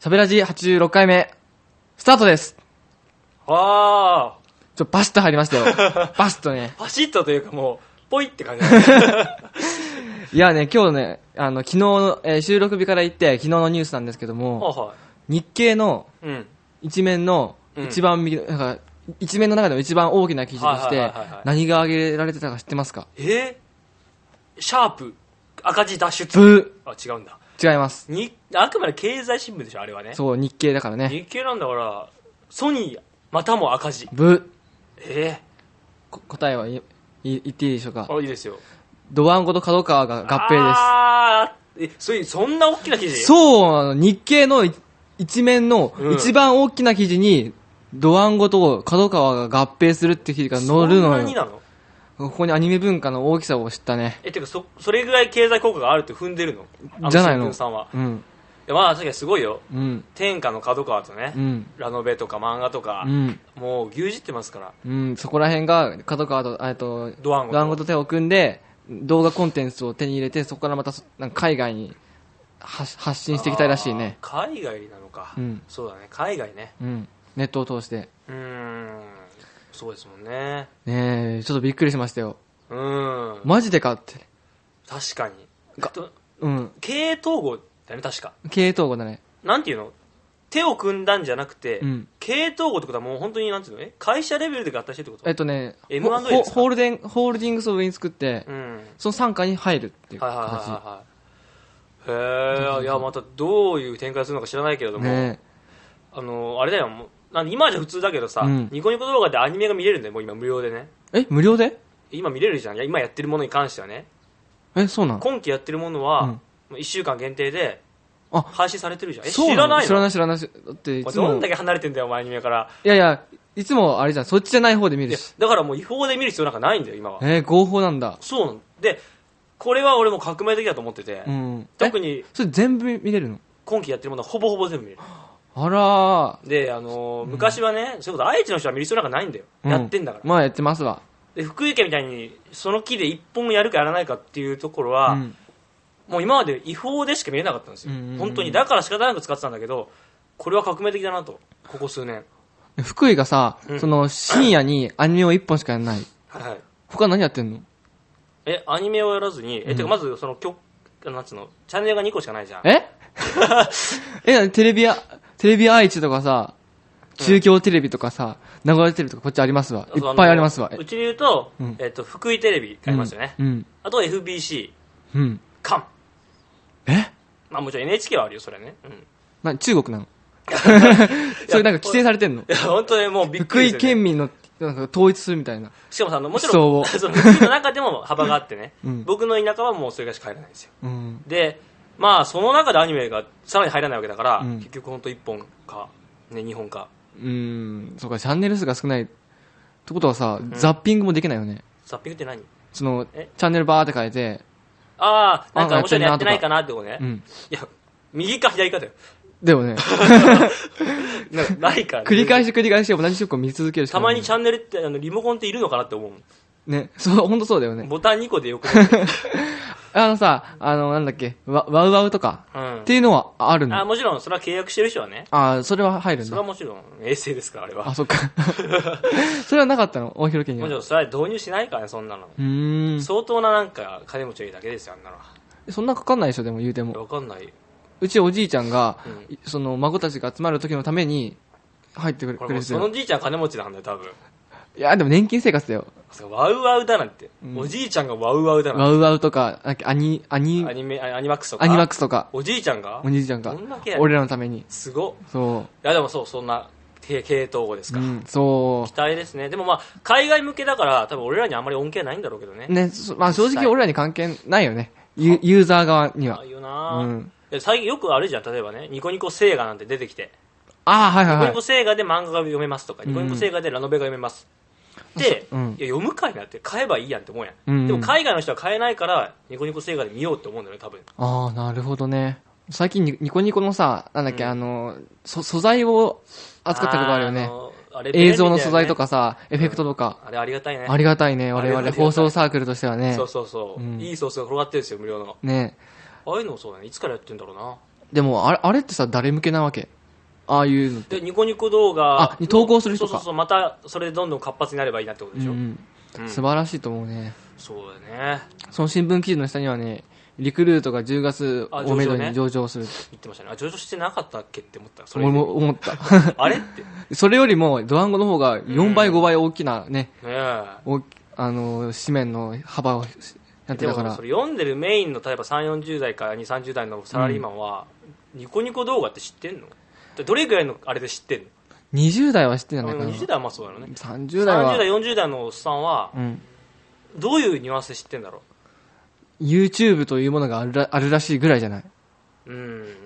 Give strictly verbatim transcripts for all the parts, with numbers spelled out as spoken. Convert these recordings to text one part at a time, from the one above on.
食べラジはちじゅうろっかいめ、スタートです。 ああ。 ちょ、バシッと入りましたよ。バシッとね。 バシッとというかもう、ポイって感じいやね、今日ね、あの、昨日の、えー、収録日から言って、昨日のニュースなんですけども、 はいはい、 日経の一面の一番右、 うん、 なんか、一面の中でも一番大きな記事として、何が挙げられてたか知ってますか？ えー、シャープ、赤字脱出。 ブー。あ、違うんだ。 違います。 に、あくまで経済新聞でしょ、あれはね。 そう、日経だからね。 日経なんだから、ソニー、またも赤字。 ブえー。答えはい、い言っていいでしょうか？ あ、いいですよ。 ドワンゴと角川が合併です。 あー、え、そ、そんな大きな記事？ そう、日経の一面の一番大きな記事に、ドワンゴと角川が合併するって記事が載るのよ。 そんなになの？ ここにアニメ文化の大きさを知ったね。 え、てか、そ、それぐらい経済効果があるって踏んでるの？ じゃないの？ さんは。 うん。 いや、まあ、確かにすごいよ。 うん。 天下の角川とね、 うん。 ラノベとか漫画とか、 うん。 もう牛耳ってますから。 うん、そこら辺が角川と、えっと、 ドワンゴと。 ドワンゴと手を組んで、動画コンテンツを手に入れて、そこからまた、なんか海外に発発信していきたいらしいね。 海外なのか。 うん。 そうだね、海外ね。 うん。ネットを通して。 うーん。そうですもんね。 ねえ、ちょっとびっくりしましたよ。 うーん。 マジでかって。 確かに。 がうん。 経営統合だよね、確か。 経営統合だね。 なんていうの？手を組んだんじゃなくて、 うん、 経営統合ってことはもう本当になんていうの？え会社レベルで合体してってこと？ えっとね、 エムアンドエー ですか？ ホールデン、ホールディングスを上に作って、 うん、 その傘下に入るっていう形。 はいはいはいはい。へえ、いや、またどういう展開するのか知らないけれども、 ね、 あの、あれだよ、もうなん今じゃ普通だけどさ、 うん、 ニコニコ動画でアニメが見れるんだよ、もう今無料でね。 え、無料で？ 今見れるじゃん。いや、今やってるものに関してはね。 え、そうなん？ 今期やってるものは、うん、いっしゅうかん限定で、あ、配信されてるじゃん。え、知らないの？ 知らない知らない。だっていつも。 どんだけ離れてんだよ、お前アニメから。 いやいや、いつもあれじゃん、そっちじゃない方で見るし。 だからもう違法で見る必要なんかないんだよ、今は。 えー、合法なんだ。 そうなの。で、これは俺も革命的だと思ってて、 うん、 特に、 それ全部見れるの？ 今期やってるものはほぼほぼ全部見れる。 あらー。 で、あのーうん、昔はね、そういうこと愛知の人は見る必要なんかないんだよ。うん、やってんだから。 まあやってますわ。 で、福井県みたいに、その木で一本やるかやらないかっていうところは、うん、もう今まで違法でしか見れなかったんですよ、うんうんうん、本当に。だから仕方なく使ってたんだけど、これは革命的だなと、ここ数年。 福井がさ、うん、その深夜にアニメを一本しかやらない。 はい。 他何やってんの？ え、アニメをやらずに、え、うん、てかまずその曲、なんつうの、チャンネルがにこしかないじゃん。 ええ、テレビや、テレビ愛知とかさ、中京テレビとかさ、名古屋テレビとかこっちありますわ。いっぱいありますわ。 うちで言うと、うん、えっと、福井テレビありますよね。うんうん、あと エフビーシー。うん。カン。 え？ まあもちろん エヌエイチケー はあるよ、それね。うん。 な、中国なの？それなんか規制されてんの？ いや、本当にもうびっくりする、ね。 福井県民の、なんか統一するみたいな。 しかもさ、あの、もちろん、その福井の中でも幅があってね、うん、僕の田舎はもうそれがしか入らないんですよ。うん、で、まあ、その中でアニメがさらに入らないわけだから、うん、結局本当いっぽんか、ね、にほんか。 うーん、そうか、チャンネル数が少ない。ってことはさ、うん、ザッピングもできないよね。 ザッピングって何？その、チャンネルバーって変えて。 ああ、なんか面白いのやってないかなってことね。 うん。 いや、右か左かだよ。 でもね。 なないから、 ね。繰り返し繰り返し同じ曲を見続けるしかない。 たまにチャンネルって、あの、リモコンっているのかなって思う。 ね、そう、ほんとそうだよね。 ボタンにこでよくあのさ、あの、なんだっけ、ワワウワウとか、うん、っていうのはあるの？ あ、もちろん、それは契約してる人はね。 あ、それは入るんだ。 それはもちろん、衛星ですから、あれは。 あ、そっか。それはなかったの？大広家には。 もちろん、それは導入しないからね、そんなの。うーん。相当ななんか、金持ちがいいだけですよ、あんなのは。 そんなかかんないでしょ、でも言うても。 わかんない。 うちおじいちゃんが、うん、その孫たちが集まる時のために入ってくれる。 そのじいちゃん金持ちなんだよ、多分。 いや、でも年金生活だよ。 ワウワウだなんて。うん、おじいちゃんがワウワウだなんて。 ワウワウとか、アニ、アニ、 アニメ、アニマックスとか。 アニマックスとか。 おじいちゃんがおじいちゃんが。俺らのために。 すごっ。 そう。 いや、でもそう、そんな、経営統合ですか、うん。 そう。 期待ですね。でもまあ、海外向けだから、多分俺らにあんまり恩恵ないんだろうけどね。 ね、まあ正直俺らに関係ないよね。ユ, ユーザー側には。 ああいうな、うん、最近よくあるじゃん、例えばね、ニコニコ星画なんて出てきて。 ああ、はいはいはい。 ニコニコ星画で漫画が読めますとか、ニコニコ星画でラノベが読めます。で、うん、いや読むかいなって買えばいいやんって思うやん、うんうん、でも海外の人は買えないからニコニコ星画で見ようって思うんだよね、多分。 ああ、なるほどね。最近ニコニコのさ、なんだっけ、うん、あのそ素材を扱ったことあるよね。あれ映像の素材とかさ、エフェクトとか、 うん、あれありがたいね。 ありがたいね、我々放送サークルとしてはね。 そうそうそう、うん、いいソースが転がってるんですよ、無料の。 ね、 ああいうのもそうだね、いつからやってんだろうな。 でもあれ、あれってさ、誰向けなわけ？ ああいうのって。 で、ニコニコ動画あ、に投稿する人か。 そうそうそう、またそれでどんどん活発になればいいなってことでしょ。うん、 うん、素晴らしいと思うね。 そうだね。 その新聞記事の下にはね、リクルートがじゅうがつをめどに上場する、ね、 言ってましたね。あ、上場してなかったっけって思った。 それ俺も思った。 あれって。 それよりもドワンゴの方がよんばい、うん、ごばい大きなね、 ねおあの紙面の幅をやってたから。 でもそれ読んでるメインの例えばさんじゅう、よんじゅう代からにじゅう、さんじゅう代のサラリーマンは、うん、ニコニコ動画って知ってんの？どれぐらいのあれで知ってんの？ にじゅう代は知ってんじゃないかな。 にじゅう代はまあそうだろうね。 さんじゅう代は。 さんじゅう代、よんじゅう代のおっさんは、うん、どういうニュアンスで知ってんだろう。YouTube というものがある ら, あるらしいぐらいじゃない。 うん、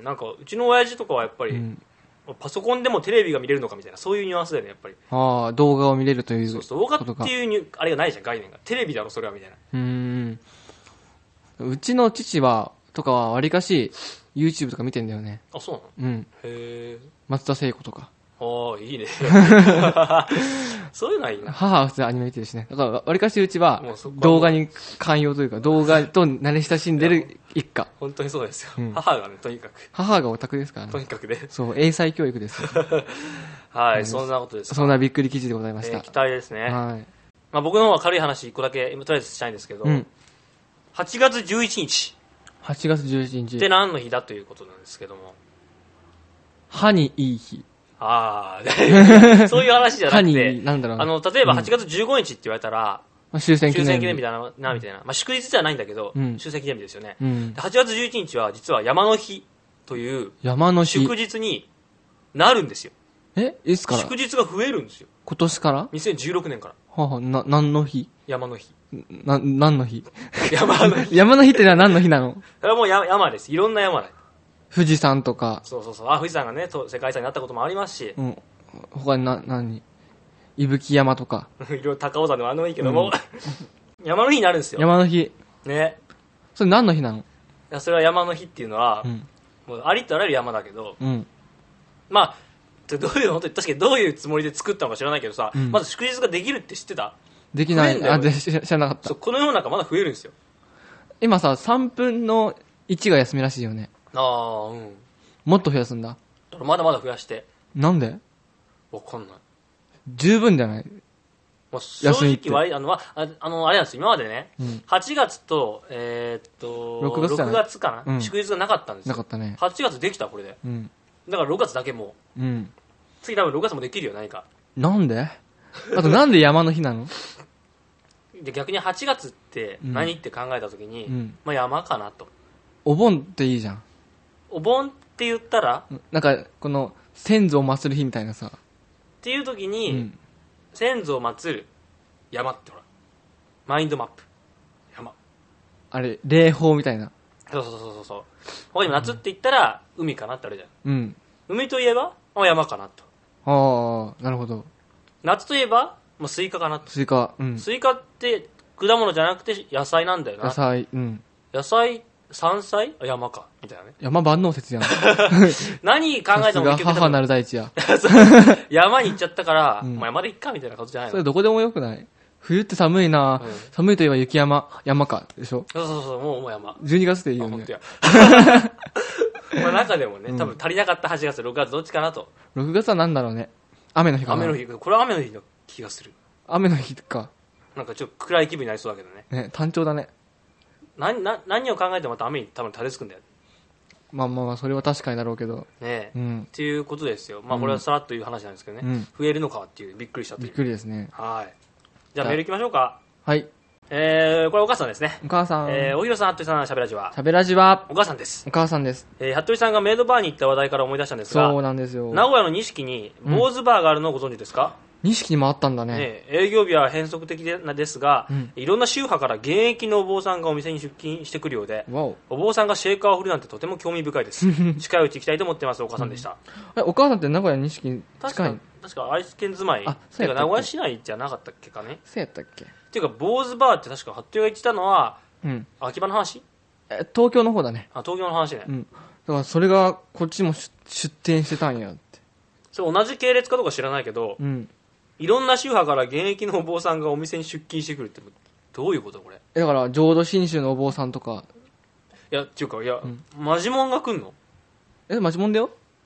なんかうちの親父とかはやっぱり、うん、パソコンでもテレビが見れるのかみたいな、そういうニュアンスだよね、やっぱり。 ああ、動画を見れるという。 そうそう、動画っていうあれがないじゃん、概念が。テレビだろ、それはみたいな。 うーん。うちの父は、とかはわりかし、YouTube とか見てんだよね。 あ、そうなの？うん。 へー。 松田聖子とか。 ああ、いいね。そういうのはいいな。 母は普通にアニメ見てるしね。だから、わりかしうちは、動画に寛容というか、動画と慣れ親しんでる一家。 本当にそうですよ。うん、母がね、とにかく。 母がオタクですからね。 とにかくね。 そう、英才教育ですよ。 はい、そんなことです。 そんなびっくり記事でございました。えー、 期待ですね。 はい。 まあ僕の方は軽い話一個だけ、とりあえずしたいんですけど、うん、はちがつじゅういちにち。 はちがつじゅういちにち。 って何の日だということなんですけども。 歯にいい日。 ああ、そういう話じゃなくて、 なんだろう、 あの、例えばはちがつじゅうごにちって言われたら、 うん、終戦記念日。 終戦記念日だな、なみたいな。まあ、祝日ではないんだけど、うん、終戦記念日ですよね、 うん。 はちがつじゅういちにちは、実は山の日という、 山の日。 祝日になるんですよ。 えいつから祝日が増えるんですよ。 今年からにせんじゅうろくねんから。 はは、な、何の日山の日。 な、何の日山の日。 山の日ってのは何の日なの？ それはもう山、山です。いろんな山だ。 富士山とか。 そうそうそう。あ、富士山がね、世界遺産になったこともありますし。 うん。他にな、何伊吹山とか。 いろいろ高尾山でもあのいいけども、うん、山の日になるんですよ。 山の日。 ね。 それ何の日なの？いや、それは山の日っていうのは、うん、もうありとあらゆる山だけど、うん、まあ、どういう、本当に確かにどういうつもりで作ったのか知らないけどさ、うん、まず祝日ができるって知ってた？ できない。あ、で、知らなかった。 そう、この世の中まだ増えるんですよ。 今さ、さんぶんのいちが休みらしいよね。 ああ、うん。 もっと増やすんだ。 まだまだ増やして。 なんで？ わかんない。 十分じゃない？ まあ、正直はあの、あ、あの、あれなんですよ。今までね、うん、はちがつと、えー、っと、ろくがつ, ろくがつかな、うん、祝日がなかったんですよ。 なかったね。 はちがつできた、これで。うん、だからろくがつだけもう。うん、次多分ろくがつもできるよ、何か。 なんで？あとなんで山の日なの？ で逆にはちがつって何、うん、って考えたときに、うん、まあ山かなと。 お盆っていいじゃん。 お盆って言ったらなんか、この、先祖を祀る日みたいなさ。 っていうときに、うん、先祖を祀る山ってほら、マインドマップ。山。 あれ、霊峰みたいな。 そうそうそうそう。他にも夏って言ったら、海かなってあるじゃん。うん。海といえば、山かなと。 ああ、なるほど。 夏といえば、もうスイカかなと。 スイカ、うん。 スイカって果物じゃなくて野菜なんだよな。 野菜、うん。 野菜、山菜山か。みたいなね。 山万能説やん。 何考えても結局母なる大地や。 山に行っちゃったから、うん、もう山で行っかみたいなことじゃないの。 それどこでもよくない？冬って寒いな、うん、寒いといえば雪山、山か、でしょ？ そうそうそう、もうもう山。 じゅうにがつでいいよね。 本当や。まあ中でもね、多分足りなかったはちがつ、ろくがつどっちかなと。 ろくがつは何だろうね。雨の日かな。 雨の日、これは雨の日の気がする。 雨の日か。 なんかちょっと暗い気分になりそうだけどね。 ね、単調だね。 何、何、何を考えてもまた雨に多分たれつくんだよ。 まあまあまあ、それは確かにだろうけど。 ねえ。うん。っていうことですよ。まあこれはさらっという話なんですけどね。うん、増えるのかっていう、びっくりしたという。 びっくりですね。 はい。じゃあメール行きましょうか。 はい。 えー、これお母さんですね。 お母さん。 えー、おひろさん、服部さん、しゃべらじは。 しゃべらじは。 お母さんです。 お母さんです。 えー、服部さんがメイドバーに行った話題から思い出したんですが。 そうなんですよ。 名古屋の錦に、坊主バーがあるのをご存知ですか？ うん、錦にもあったんだね。 ね、営業日は変則的ですが、うん、いろんな宗派から現役のお坊さんがお店に出勤してくるようで、お坊さんがシェーカーを振るなんてとても興味深いです。近いうち行きたいと思ってます。お母さんでした。 うん、え、お母さんって名古屋錦近い？ 確か愛知県住まい。あ、そうやったっけ？名古屋市内じゃなかったっけかね。 そうやったっけ？ っていうか、坊主バーって確か服部が言ってたのは、うん、秋葉の話？ え、東京の方だね。 あ、東京の話ね。 うん。だからそれがこっちも出店してたんやって。 それ同じ系列かどうか知らないけど、うん、いろんな宗派から現役のお坊さんがお店に出勤してくるってどういうことこれ？ だから浄土真宗のお坊さんとか。 いやっていうかいや、うん、マジモンが来んの？ え、マジモンだよ。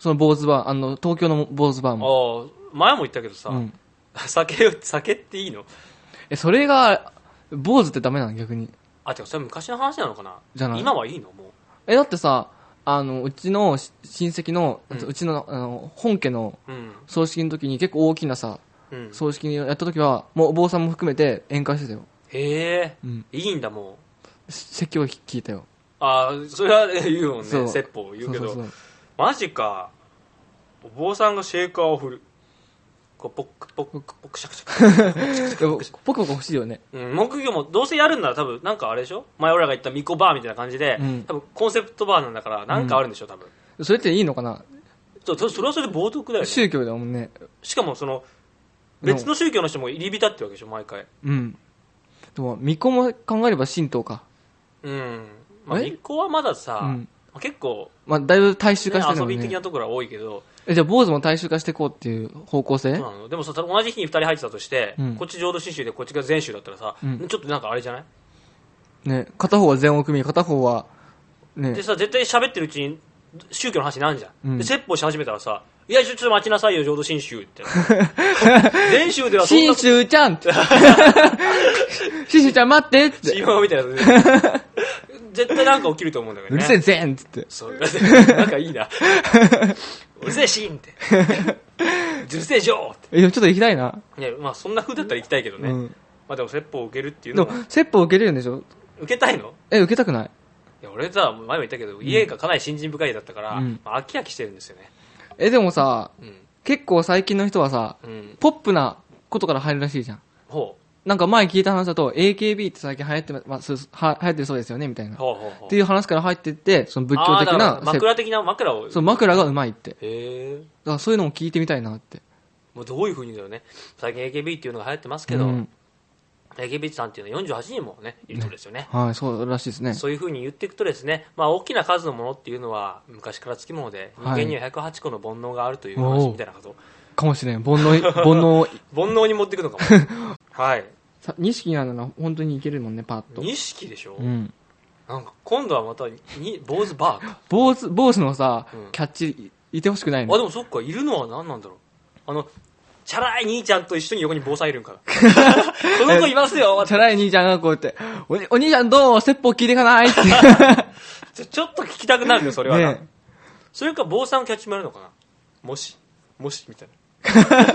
その坊主バー、あの、東京の坊主バーも。 ああ、前も言ったけどさ、うん、酒、酒っていいの？ え、それが、坊主ってダメなの逆に。 あ、てかそれ昔の話なのかな？じゃない？今はいいのもう。 え、だってさ、あの、うちの親戚の、うん、うちの、あの、本家の葬式の時に結構大きなさ、うん、葬式にやった時は、もうお坊さんも含めて宴会してたよ。 へえ、うん、いいんだもう。説教聞いたよ。 ああ、それは言うもんね、説法言うけど。そうそうそう、マジか。お坊さんがシェーカーを振る。こうポックポックポックシャクシャクポクポク欲しいよね。 うん、木魚もどうせやるんなら多分なんかあれでしょ、前俺らが言ったミコバーみたいな感じで、うん、多分コンセプトバーなんだからなんかあるんでしょ多分、 うん、それっていいのかな。 そ, それはそれで冒涜だよね。 宗教だもんね。 しかもその別の宗教の人も入り浸ってるわけでしょ毎回。 うん。でもミコも考えれば神道か。 うん。まあミコはまださ、うん、結構まあだいぶ大衆化してるよね。 遊び的なところは多いけど。 え、じゃあ坊主も大衆化していこうっていう方向性？ そうなの。でもさ、同じ日にふたり入ってたとして、うん、こっち浄土真宗でこっちが禅宗だったらさ、うん、ちょっとなんかあれじゃない？ ね、片方は禅を組み、片方はね。 でさ、絶対喋ってるうちに宗教の話になるじゃん。うん、で説法し始めたらさ、いやちょっと待ちなさいよ浄土真宗って。禅宗ではそんな。 真宗ちゃんって。真宗ちゃん待ってって。 今みたいな。絶対なんか起きると思うんだけどね。 うるせえ禅っつって。 そう、なんかいいな。うるせえシーンって。うるせえジョーって。 え、でもちょっと行きたいな。 いや、まあそんな風だったら行きたいけどね。うん、まあでも説法を受けるっていうのも。でも説法受けれるんでしょ？ 受けたいの？ え、受けたくない。 いや、俺さ、前も言ったけど、家がかなり信心深い家だったから、うん、まあ、飽き飽きしてるんですよね。 え、でもさ、うん、結構最近の人はさ、うん、ポップなことから入るらしいじゃん。ほう。なんか前聞いた話だと エーケービー って最近流行ってます、は流行ってるそうですよねみたいな。ほうほうほうっていう話から入ってって、その仏教的な。 枕的な枕を。 そう、枕がうまいって。へえ。だからそういうのも聞いてみたいなって。 もうどういう風にだよね。最近 エーケービー っていうのが流行ってますけど、うん、エーケービー さんっていうのはよんじゅうはちにんもね、いるとですよね。 ね、はい、そうらしいですね。 そういう風に言っていくとですね、まあ大きな数のものっていうのは昔からつきもので、人間にはひゃくはちこの煩悩があるという話みたいなこと。はい、 かもしれん。煩悩、煩悩。 煩悩に持っていくのかも。はい。 錦なの本当にいけるもんね、パッと。 錦でしょ？うん。なんか今度はまたに坊主バーか。 坊主、坊主のさ、うん、キャッチいてほしくないの？ あ、でもそっか、いるのは何なんだろう。あの、チャラい兄ちゃんと一緒に横に坊さんいるんかな。この子いますよ。 チャラい兄ちゃんがこうやって、お, お兄ちゃんどう説法聞いていかないってちょ。ちょっと聞きたくなるよ、それはな。ね、それか坊さんキャッチもやるのかな。もし、もし、みたいな。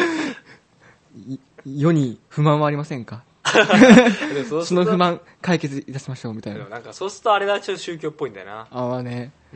世に不満はありませんか？その不満解決いたしましょうみたいな。 なんかそうするとあれだ、ちょっと宗教っぽいんだよな。 ああね。 うん、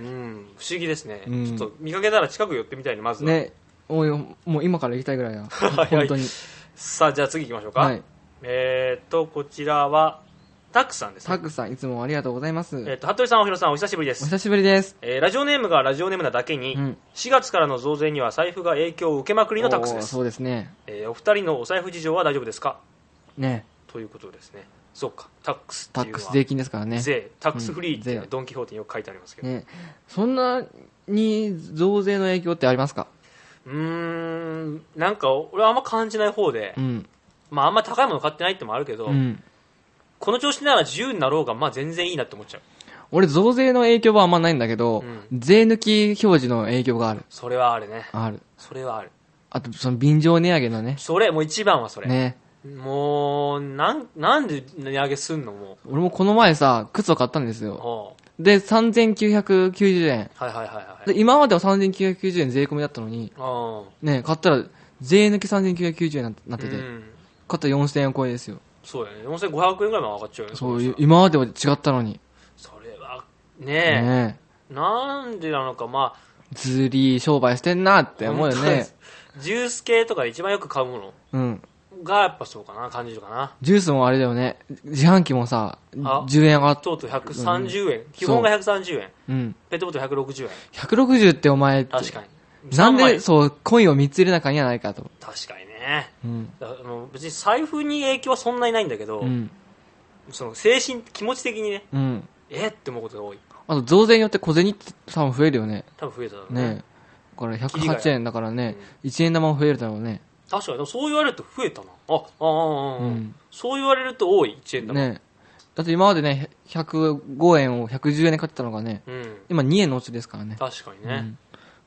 不思議ですね、うん。ちょっと見かけたら近く寄ってみたいね、まずは。 ね、もう、もう今から行きたいぐらいだ。本当に。 さあ、じゃあ次行きましょうか。はい、えーっと、こちらは、タックさんですね。 タックさん、いつもありがとうございます。 えーっと、服部さん、おひろさん、お久しぶりです。 お久しぶりです。 えー、ラジオネームがラジオネームなだけに、うん、しがつからの増税には財布が影響を受けまくりのタックスです。 そうですね。 えー、お二人のお財布事情は大丈夫ですか？ ね。 ということですね。そうか、タックスっていうのはタックス税金ですからね。 税、タックスフリーって、ね、うん、ドン・キホーテによく書いてありますけど、ね、 そんなに増税の影響ってありますか？ うーん、なんか俺はあんま感じない方で、うん、まああんま高いもの買ってないってもあるけど、うん、この調子なら自由になろうがまあ全然いいなって思っちゃう。 俺増税の影響はあんまないんだけど、うん、税抜き表示の影響がある。 それはあるね。 ある。 それはある。 あとその便乗値上げのね。 それもう一番はそれ。ね。もうなんなんで値上げすんのもう。 俺もこの前さ靴を買ったんですよ。でさんぜんきゅうひゃくきゅうじゅうえん。 はいはいはいはい。 で今まではさんぜんきゅうひゃくきゅうじゅうえん税込みだったのに、ね買ったら税抜きさんぜんきゅうひゃくきゅうじゅうえんになってて、うん、買ったらよんせんえん超えですよ。 そうやね。よんせんごひゃくえんぐらいも上がっちゃうよね。 そう、今までは違ったのに。 それはねえ、ねなんでなのか。まあずり商売してんなって思うよね。 ジュース系とかで一番よく買うもの。うん。がやっぱそうかな感じるかな。 ジュースもあれだよね。自販機もさじゅうえん上がっとうとうひゃくさんじゅうえん、うん、基本がひゃくさんじゅうえん、うん、ペットボトルひゃくろくじゅうえん。 ひゃくろくじゅうってお前確かになんでそうコインをみっつ入れなきゃいけないかと。 確かにね、うん、だからあの別に財布に影響はそんなにないんだけど、うん、その精神気持ち的にね、うん、えって思うことが多い。 あと増税によって小銭って多分増えるよね。 多分増えただろうね。ねこれひゃくはちえんだからね、うん、いちえん玉も増えるだろうね。 確かにそう言われると増えたな。あああ、うん、そう言われると多いいちえん玉ね。 だって今までねひゃくごえんをひゃくじゅうえんで買ってたのがね、うん、今にえんの落ちですからね。 確かにね、うん、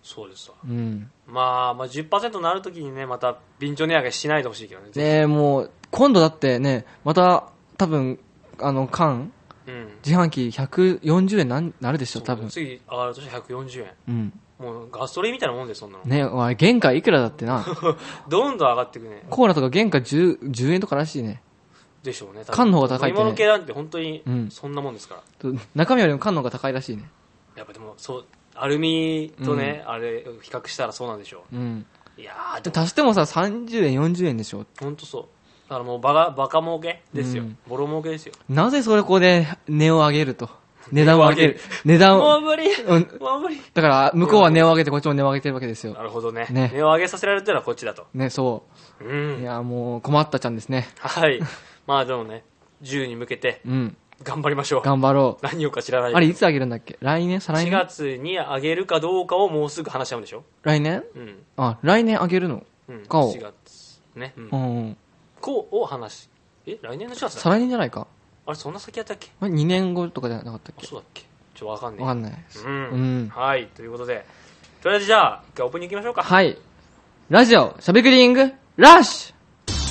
そうですわ。 うん。 まあ、まあ じゅっパーセント になるときにね、また便乗値上げしないでほしいけどね。 ねえ、もう、今度だってね、また、多分、あの、缶、うん、自販機ひゃくよんじゅうえんななるでしょ、多分。 次上がるとしてひゃくよんじゅうえん。うん。もうガソリンみたいなもんでそんなの。 ねえ、原価いくらだってな。 どんどん上がっていくね。 コーラとか原価 10, 10円とからしいね。 でしょうね。 缶の方が高いって、ね。 飲み物系なんて本当にそんなもんですから。 うん、中身よりも缶の方が高いらしいね。 やっぱでもそう、アルミとね、うん、あれ比較したらそうなんでしょう。うん。いやー、足してもさ、さんじゅうえん、よんじゅうえんでしょ。 本当そう。だからもうバカ、バカ儲けですよ。うん、ボロ儲けですよ。 なぜそれこで値を上げると。値段を上げる。値段を。 もう無理。うん、もう無理。 だから、向こうは値を上げて、こっちも値を上げてるわけですよ。 なるほどね。ね。値を上げさせられてるのはこっちだと。 ね、そう。うん。いや、もう困ったちゃんですね。 はい。まあでもね、じゅうに向けて、うん。頑張りましょう。 頑張ろう。 何をか知らない。 あれ、いつあげるんだっけ？来年？再来年？ しがつにあげるかどうかをもうすぐ話し合うんでしょ？ 来年？うん。あ、来年あげるの？ うん。かを。しがつ。ね。うん。うん。こうを話し、え、来年のしがつだっけ？ 再来年じゃないか。 あれ、そんな先やったっけ？ にねんごとかじゃなかったっけ？ そうだっけ？ちょっとわかんない。 わかんないです。 うん。うん。はい。ということで、とりあえずじゃあ、一回オープニング行きましょうか。 はい。ラジオ、しゃべくりング、ラッシュ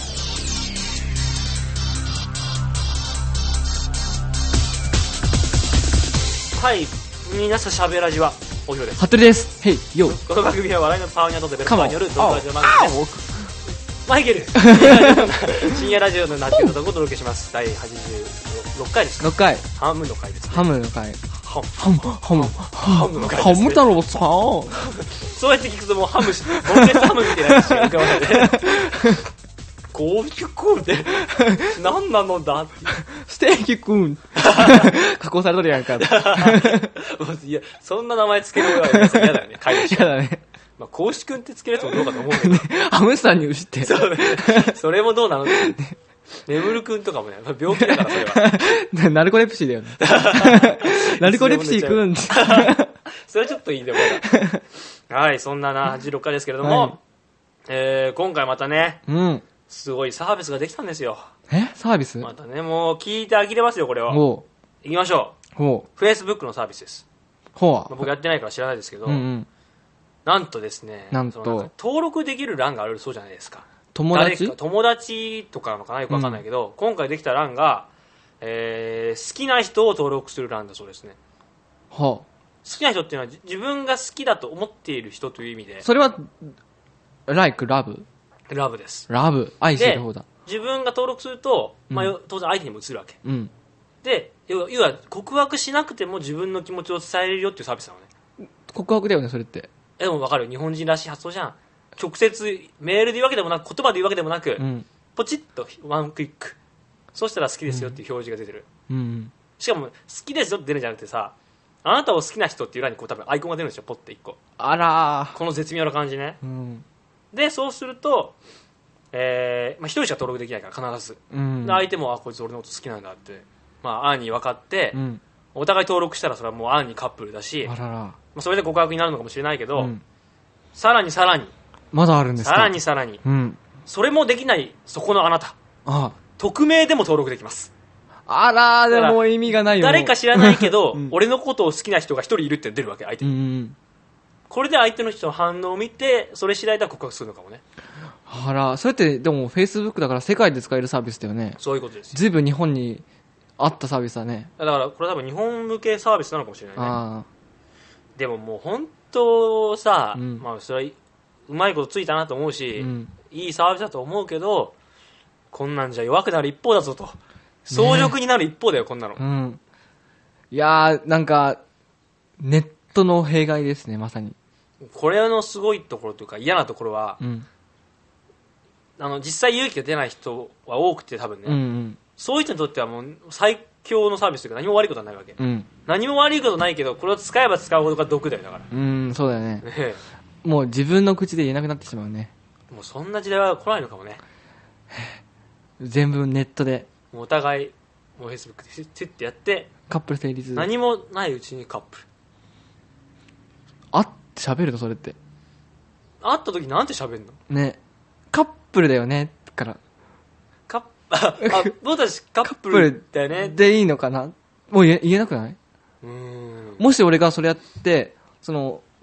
はい。皆さんしゃべラジは、おひろです。 はっとりです。ヘイ、ヨー。 この番組は笑いのパワーにあとでベルパワーによる動画ラジオ番組です。マイケル深夜ラジオのナチュラルをお届けします。だいはちじゅうろっかいですか？ ろっかい。 ハムの回です、ね。 ハムの回。 ハム、ハム、ハム、ハムの回です、ね。ハム太郎さん。 そうやって聞くともうハム、ボンレスハムみたいな話が浮かばないで。こういうこうで、何なのだって。 ステーキくん。加工されとるやんか。 いや、そんな名前つけるのは嫌だよね。 嫌だね。 まあ、公式くんってつけるやつもどうかと思うけど。 ハムスターに牛って。 そうね。それもどうなのね。眠るくんとかもね、病気だからそれは。 ナルコレプシーだよね。ナルコレプシーくん。 それはちょっといいんだよ、まだ。はい、そんなな、はちじゅうろっかいですけれども、はい、えー、今回またね、うん、すごいサービスができたんですよ。 えサービス？ またね、もう聞いてあきれますよ、これを。ほう。行きましょう。ほう。Facebook のサービスです。 ほう。 僕やってないから知らないですけど、うんうん、なんとですね、 なんとなん登録できる欄があるそうじゃないですか。 友達？ 友達とかなのかなよくわかんないけど、うん、今回できた欄が、えー、好きな人を登録する欄だそうですね。はあ、好きな人っていうのは自分が好きだと思っている人という意味で。 それは、like, love? ラブです。 ラブ。愛してる方だ。 自分が登録すると、まあ、当然相手にも映るわけ。うん、で、要は告白しなくても自分の気持ちを伝えれるよっていうサービスなのね。 告白だよね、それって。 でも分かる。日本人らしい発想じゃん。直接メールで言うわけでもなく、言葉で言うわけでもなく、うん、ポチッとワンクイック。そうしたら好きですよっていう表示が出てる。うん、しかも、好きですよって出るんじゃなくてさ、あなたを好きな人っていう欄にこう多分アイコンが出るんですよ、ポッて一個。 あらー。この絶妙な感じね。うん、で、そうすると、えー、まあ一人しか登録できないから必ず。うん、で相手も、あ、こいつ俺のこと好きなんだって、まあ、案に分かって、うん、お互い登録したらそれはもう案にカップルだし、 あらら、 まあ、それで告白になるのかもしれないけど、うん、さらにさらに、 まだあるんですか？ さらにさらに、うん、それもできないそこのあなた、ああ、匿名でも登録できます。 あらー、でも意味がないよ。 誰か知らないけど、うん、俺のことを好きな人が一人いるって出るわけ、相手に、うん、これで相手の人の反応を見てそれ次第では告白するのかもね。 あら、それってでも Facebook だから世界で使えるサービスだよね。 そういうことですよ。 ずいぶん日本にあったサービスだね。 だからこれ多分日本向けサービスなのかもしれないね。あ、でももう本当さ、うん、まあそれはうまいことついたなと思うし、うん、いいサービスだと思うけど、こんなんじゃ弱くなる一方だぞと、早熟になる一方だよ、ね、こんなの。うん、 いやー、なんかネットの弊害ですね、まさに。 これのすごいところというか嫌なところは、うん、あの実際勇気が出ない人は多くて多分ね、うんうん、そういう人にとってはもう最強のサービスというか何も悪いことはないわけ、うん、何も悪いことないけどこれを使えば使うほどが毒だよ。だからうん、そうだよね。もう自分の口で言えなくなってしまうね。 もうそんな時代は来ないのかもね。 全部ネットでもうお互いもう Facebook でチッってやってカップル成立。 何もないうちにカップル会って喋るの？それって会った時なんて喋るのね。カップルだよねからカッああ僕たちカップルだよねでいいのかな。もう言え、言えなくない？うーん、もし俺がそれやってその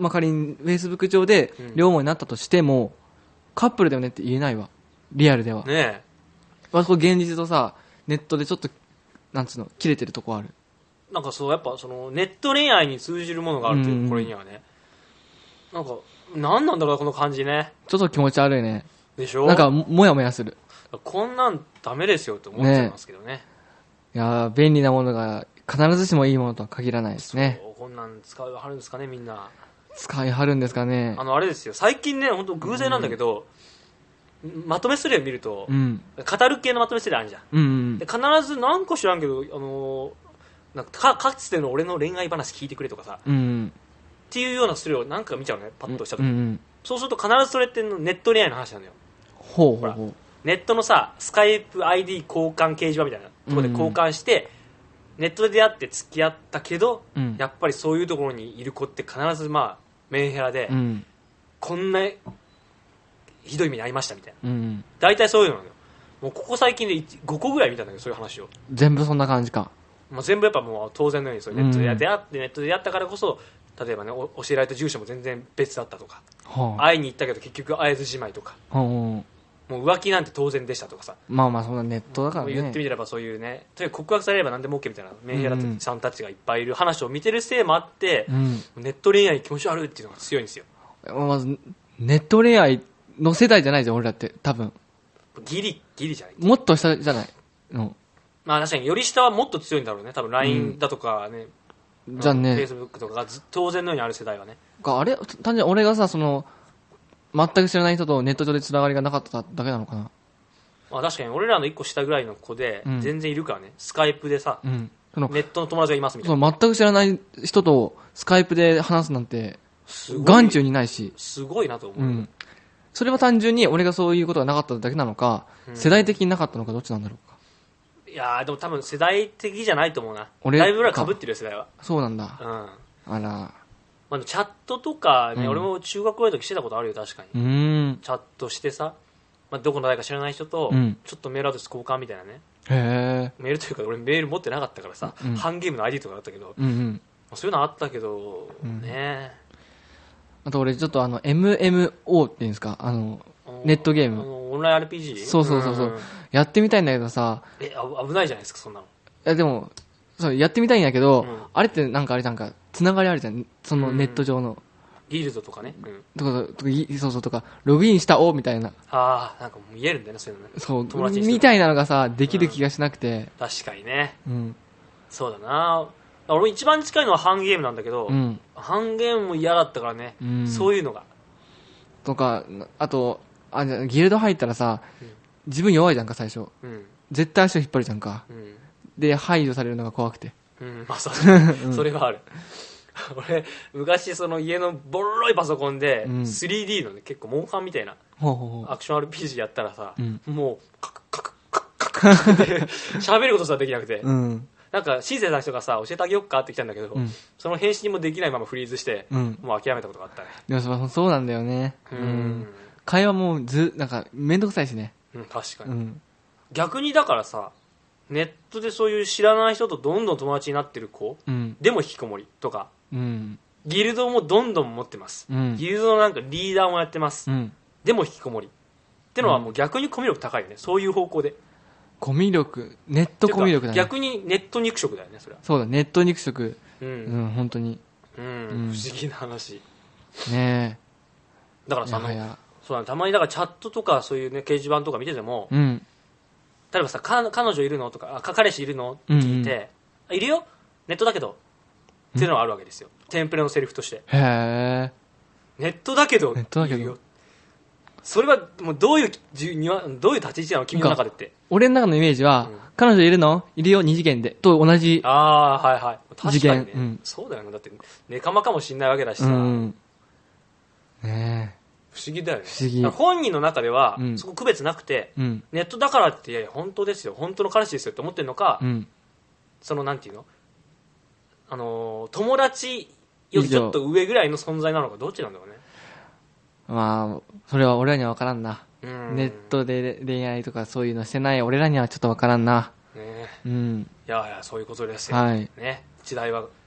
まあ、仮に Facebook 上で両思いになったとしても、うん、カップルだよねって言えないわ、リアルでは。ねえ。まあ、これ現実とさ、ネットでちょっと、なんつうの、切れてるとこある。 なんかそう、やっぱその、ネット恋愛に通じるものがあるっていう、これにはね。なんか、なんなんだろう、この感じね。 ちょっと気持ち悪いね。 でしょ。 なんか、もやもやする。 こんなんダメですよって思っちゃいますけどね。ね、 いやー、便利なものが必ずしもいいものとは限らないですね。 そう、こんなん使いはるんですかね、みんな。 使いはるんですかね。 あの、あれですよ、最近ね、本当偶然なんだけど、うん、まとめスレを見ると、うん、語る系のまとめスレあるじゃん。うんうん、で必ず何か知らんけど、あのー、なんか か, かつての俺の恋愛話聞いてくれとかさ、うんうん、っていうようなスレを何か見ちゃうのね、パッとしたと、うんうん、そうすると必ずそれってネット恋愛の話なのよ。 ほうほうほう。 ネットのさ、スカイプ アイディー 交換掲示板みたいなところで交換して、うん、ネットで出会って付き合ったけど、うん、やっぱりそういうところにいる子って必ずまあメンヘラで、うん、こんなひどい目に遭いましたみたいな、うん、大体そういうのなのよ。もうここ最近でごこぐらい見たんだけど、そういう話を。 全部そんな感じか。 まあ、全部やっぱもう当然のようにそうネットで出会って、ネットで出会ったからこそ、例えばね、教えられた住所も全然別だったとか、はあ、会いに行ったけど結局会えずじまいとか、はあ、もう浮気なんて当然でしたとかさ。 まあまあそんなネットだからね。 言ってみればそういうね、とにかく告白されれば何でも OK みたいなメンヘラさんたちがいっぱいいる話を見てるせいもあって、うん、ネット恋愛気持ち悪いっていうのが強いんですよ。 まずネット恋愛の世代じゃないじゃん俺らって多分。 ギリギリじゃない。 もっと下じゃないの。 まあ確かにより下はもっと強いんだろうね。多分 ライン だとかね、 うん、じゃあね、 Facebook とかが当然のようにある世代はね。 あれ単純に俺がさその全く知らない人とネット上でつながりがなかっただけなのかな。 まあ確かに俺らのいっこ下ぐらいの子で全然いるからね、うん、スカイプでさ、うん、そのネットの友達がいますみたいな。 その全く知らない人とスカイプで話すなんて眼中にないしすごいなと思う、うん、 それは単純に俺がそういうことがなかっただけなのか、うん、世代的になかったのかどっちなんだろうか。 いやーでも多分世代的じゃないと思うな。俺だいぶ俺は被ってるよ世代は。 そうなんだ、うん、あら、 まあ、チャットとかね、うん、俺も中学校の時してたことあるよ確かに。うんチャットしてさ、まあ、どこの誰か知らない人とちょっとメールアドレス交換みたいなね、うん、へメールというか俺メール持ってなかったからさ、うん、ハンゲームの アイディー とかあったけど、うんうん、そういうのあったけど、うん、ね。 あと俺ちょっとあの エムエムオー っていうんですか、あのネットゲーム、 あのオンライン アールピージー？ そうそうそうそう、うん、やってみたいんだけどさ。 えあ危ないじゃないですかそんなの。いやでもそうやってみたいんだけど、うん、あれってなんかあれなんかつながりあるじゃん、そのネット上の、うん、 ギルドとかね、うん、 とかとかそうそうとかログインしたおみたいな、 ああなんかもう見えるんだよねそういうのね。 そう友達みたいなのがさできる気がしなくて、 うん、確かにね、うん、そうだな。俺も一番近いのはハンゲームなんだけど、うん、ハンゲームも嫌だったからね、うん、そういうのがとか。あとあギルド入ったらさ、うん、自分弱いじゃんか最初、うん、絶対足を引っ張るじゃんか、うん、で排除されるのが怖くて、 うん、まあそうそれはある俺昔その家のボロいパソコンで スリーディー の、ね、結構モンハンみたいなアクション アールピージー やったらさ、うん、もうカクカクカクカクって喋ることすらできなくて、うん、なんかシーセさん人がさ教えてあげよっかって来たんだけど、うん、その返信もできないままフリーズして、うん、もう諦めたことがあったね。 でもそうなんだよね、うんうん、会話もずなんかめんどくさいしね、 うん、確かに、うん、逆にだからさネットでそういう知らない人とどんどん友達になってる子、うん、でも引きこもりとか、うん、ギルドもどんどん持ってます、うん、ギルドのなんかリーダーもやってます、うん、でも引きこもりってのはもう逆にコミュ力高いよね、そういう方向で。 コミュ力、ネットコミュ力だね。 逆にネット肉食だよねそれは。 そうだネット肉食、うん、うん、本当に、 うんうん、不思議な話ねえ。 だからさあのそうだ、ね、たまにだからチャットとかそういうね掲示板とか見てても、うん、例えばさか彼女いるのとかあ彼氏いるのって聞いて、うんうん、いるよネットだけどっていうのがあるわけですよ、うん、テンプレのセリフとして。へえ。ネットだけどネットだけどいるよ。それはもうどういうどういう立ち位置なの君の中でって。 俺の中のイメージは、うん、彼女いるのいるよ二次元でと同じ。 ああはいはい確かにね、 うん、 そうだよね。だってネカマかもしんないわけだしさ、うん、ねえ不思議だよね。 不思議。 本人の中では、うん、そこ区別なくて、うん、ネットだからっていやいや本当ですよ本当の彼氏ですよって思ってるのか、うん、そのなんていうのあの友達よりちょっと上ぐらいの存在なのかどっちなんだろうね。 まあそれは俺らには分からんな。ネットで恋愛とかそういうのしてない俺らにはちょっと分からんな。ね、 うん、いやいやそういうことですよ、はい、ね、時代は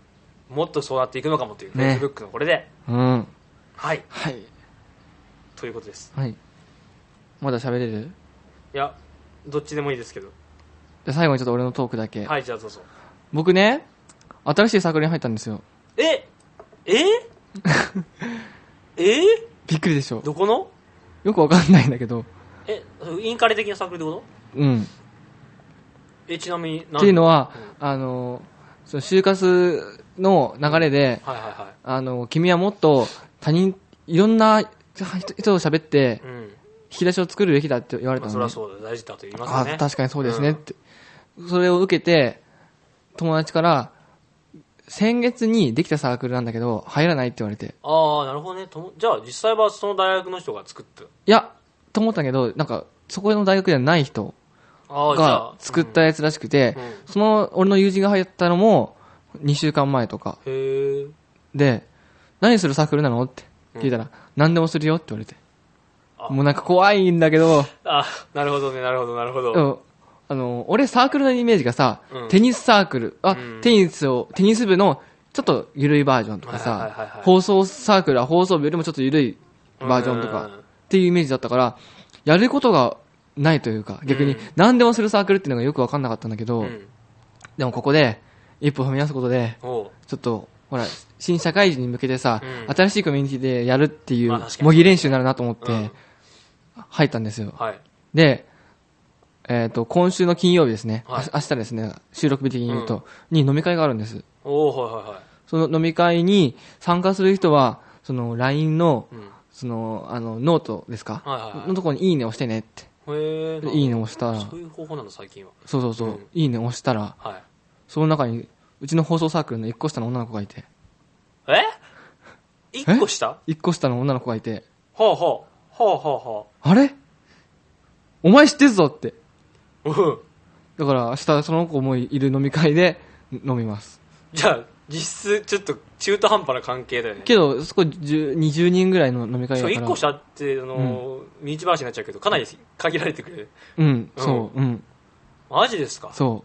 もっとそうなっていくのかもという、フェイスブックのこれで。 うん。 はい。 はい。 ということです。 はい。まだ喋れる？ いや、どっちでもいいですけど。 じゃ最後にちょっと俺のトークだけ。 はい、じゃあどうぞ。 僕ね、新しいサークルに入ったんですよ。 えええびっくりでしょ。 どこの？ よくわかんないんだけど。 え、インカレ的なサークルってこと？ うん。 え、ちなみに何？ っていうのは、うん、あの、その就活の流れで、 はいはいはい、 あの、君はもっと他人、いろんな人と喋って、うん、引き出しを作るべきだって言われたのね。 まあ、それはそうだ、大事だと言いますよね。 あ、確かにそうですねって。うん、それを受けて、友達から、先月にできたサークルなんだけど、入らないって言われて。 ああ、なるほどね。とじゃあ実際はその大学の人が作った？いや、と思ったけど、なんか、そこの大学ではない人が作ったやつらしくて、うんうん、その、俺の友人が入ったのも、にしゅうかんまえとか。 へで、何するサークルなのって聞いたら、うん、何でもするよって言われて。もうなんか怖いんだけど。 あ、なるほどね、なるほど、なるほど。 あの、俺サークルのイメージがさ、うん、テニスサークル、あ、うん、テニスを、テニス部のちょっと緩いバージョンとかさ、はいはいはいはい、放送サークルは放送部よりもちょっと緩いバージョンとかっていうイメージだったから、やることがないというか、逆に何でもするサークルっていうのがよくわかんなかったんだけど、うん、でもここで一歩踏み出すことで、ちょっと、ほら、新社会人に向けてさ、うん、新しいコミュニティでやるっていう模擬練習になるなと思って、入ったんですよ。 はい、 で、えっ、ー、と、今週の金曜日ですね、はい、明日ですね、収録日的に言うと、うん、に飲み会があるんです。 おー、はいはいはい。 その飲み会に参加する人は、その ライン の、うん、その、あの、ノートですか、はいはいはい、のところにいいねを押してねって。 へー。 いいねを押したら。 そういう方法なんだ、最近は。 そうそうそう。うん、いいねを押したら、はい、その中に、うちの放送サークルのいっこ下の女の子がいて。 え ?いっ 個下 ?いっ 個下の女の子がいて。 はあはあ。はあはあはあ。あれお前知ってるぞって。 うん。 だから明日その子もいる飲み会で飲みます。 じゃあ実質ちょっと中途半端な関係だよね。 けどそこにじゅうにんぐらいの飲み会だから。そういっこ下ってあの、うん、身内話になっちゃうけどかなり限られてくる。 うん、うん、そううん。 マジですか。 そう。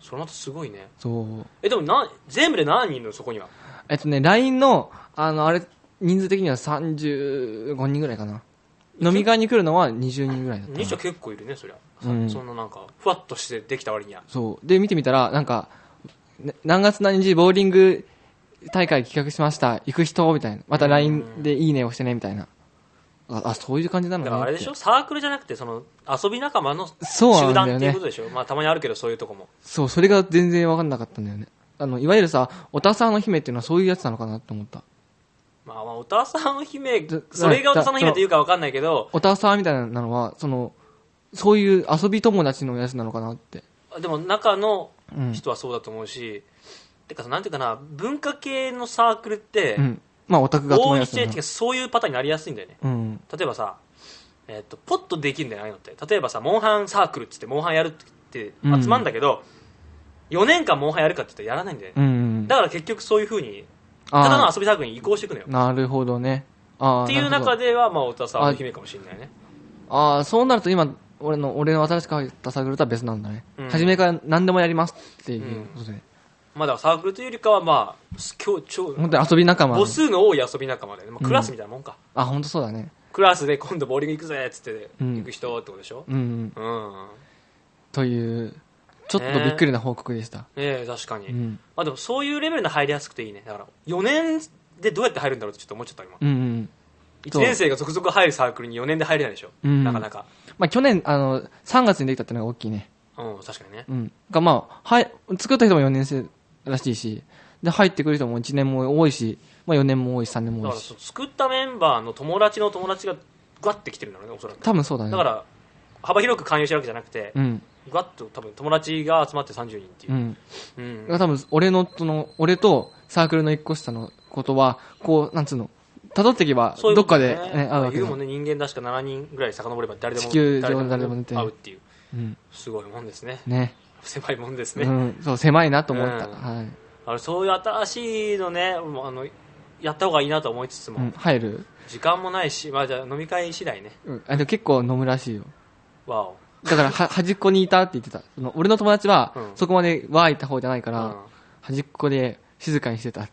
その後すごいね。 そう。 えでもな全部で何人のそこには。 えっとね ライン のあのあれ人数的にはさんじゅうごにんぐらいかな。飲み会に来るのはにじゅうにんぐらいだった。 にじゅう結構いるねそりゃ。うん、そんななんかふわっとしてできた割には。 そうで見てみたらなんか何月何日ボーリング大会企画しました行く人みたいなまた ライン でいいねをしてねみたいな。ああそういう感じなのね。 だからあれでしょサークルじゃなくてその遊び仲間の集団っていうことでしょ。まあたまにあるけどそういうとこも。 そうそれが全然分かんなかったんだよね。あのいわゆるさおたさの姫っていうのはそういうやつなのかなって思った。 まあまあおたさの姫それがおたさの姫っていうか分かんないけどおたさみたいなのはそのそういう遊び友達のやつなのかなって。 でも中の人はそうだと思うし、うん、てかなんていうかな文化系のサークルって、うん、 まあオタクが集まりやすいな。 そういうパターンになりやすいんだよね、うん、例えばさ、えー、とポッとできるんだよああいうのって。例えばさモンハンサークルって言ってモンハンやるって集まるんだけど、うん、よねんかんモンハンやるかって言ったらやらないんだよね、うんうん、だから結局そういう風にただの遊びサークルに移行していくのよ。 なるほどね。 あっていう中ではまあおたさの姫かもしれないね。 ああそうなると今俺の俺の新しく入ったサークルとは別なんだね、うん、初めから何でもやりますっていうことで、うん、 まあだからサークルというよりかはまあ今日超本当に遊び仲間母数の多い遊び仲間で、まあ、クラスみたいなもんか、 うん、あ本当そうだね。 クラスで今度ボーリング行くぜっつって行く人ってことでしょ。うん、うん、うん、 というちょっとびっくりな報告でした。 ええー、確かに、うん、まあでもそういうレベルで入りやすくていいね。だからよねんでどうやって入るんだろうってちょっと思っちゃった今、うんうん、いちねん生が続々入るサークルによねんで入れないでしょ、うん、なかなか。 まあ去年あのさんがつにできたってのが大きいね。 うん確かにね。 うんがまあはい作った人もよねん生らしいしで入ってくる人もいちねんも多いし、まあ、よねんも多いしさんねんも多いし。 だから作ったメンバーの友達の友達がガッて来てるんだろうねおそらく。 多分そうだね。 だから幅広く勧誘してるわけじゃなくて、うん、ガッと多分友達が集まってさんじゅうにんっていう、うんうん、多分俺のその俺とサークルのいっこ下のことはこうなんつうの辿っていけばどっかで、ねね、会うわけだ。言うもんね人間だしかしななにんぐらい遡れば誰でも地球上で誰でも会うっていう、うん、すごいもんですね。 ね狭いもんですね、 うん、そう狭いなと思った、うんはい、 あれそういう新しいのねあのやった方がいいなと思いつつも、うん、 入る時間もないし、まあ、じゃあ飲み会次第ね、 うん、あでも結構飲むらしいよ。 わおだからは端っこにいたって言ってた。その俺の友達はそこまでわーいった方じゃないから、うん、端っこで静かにしてたって。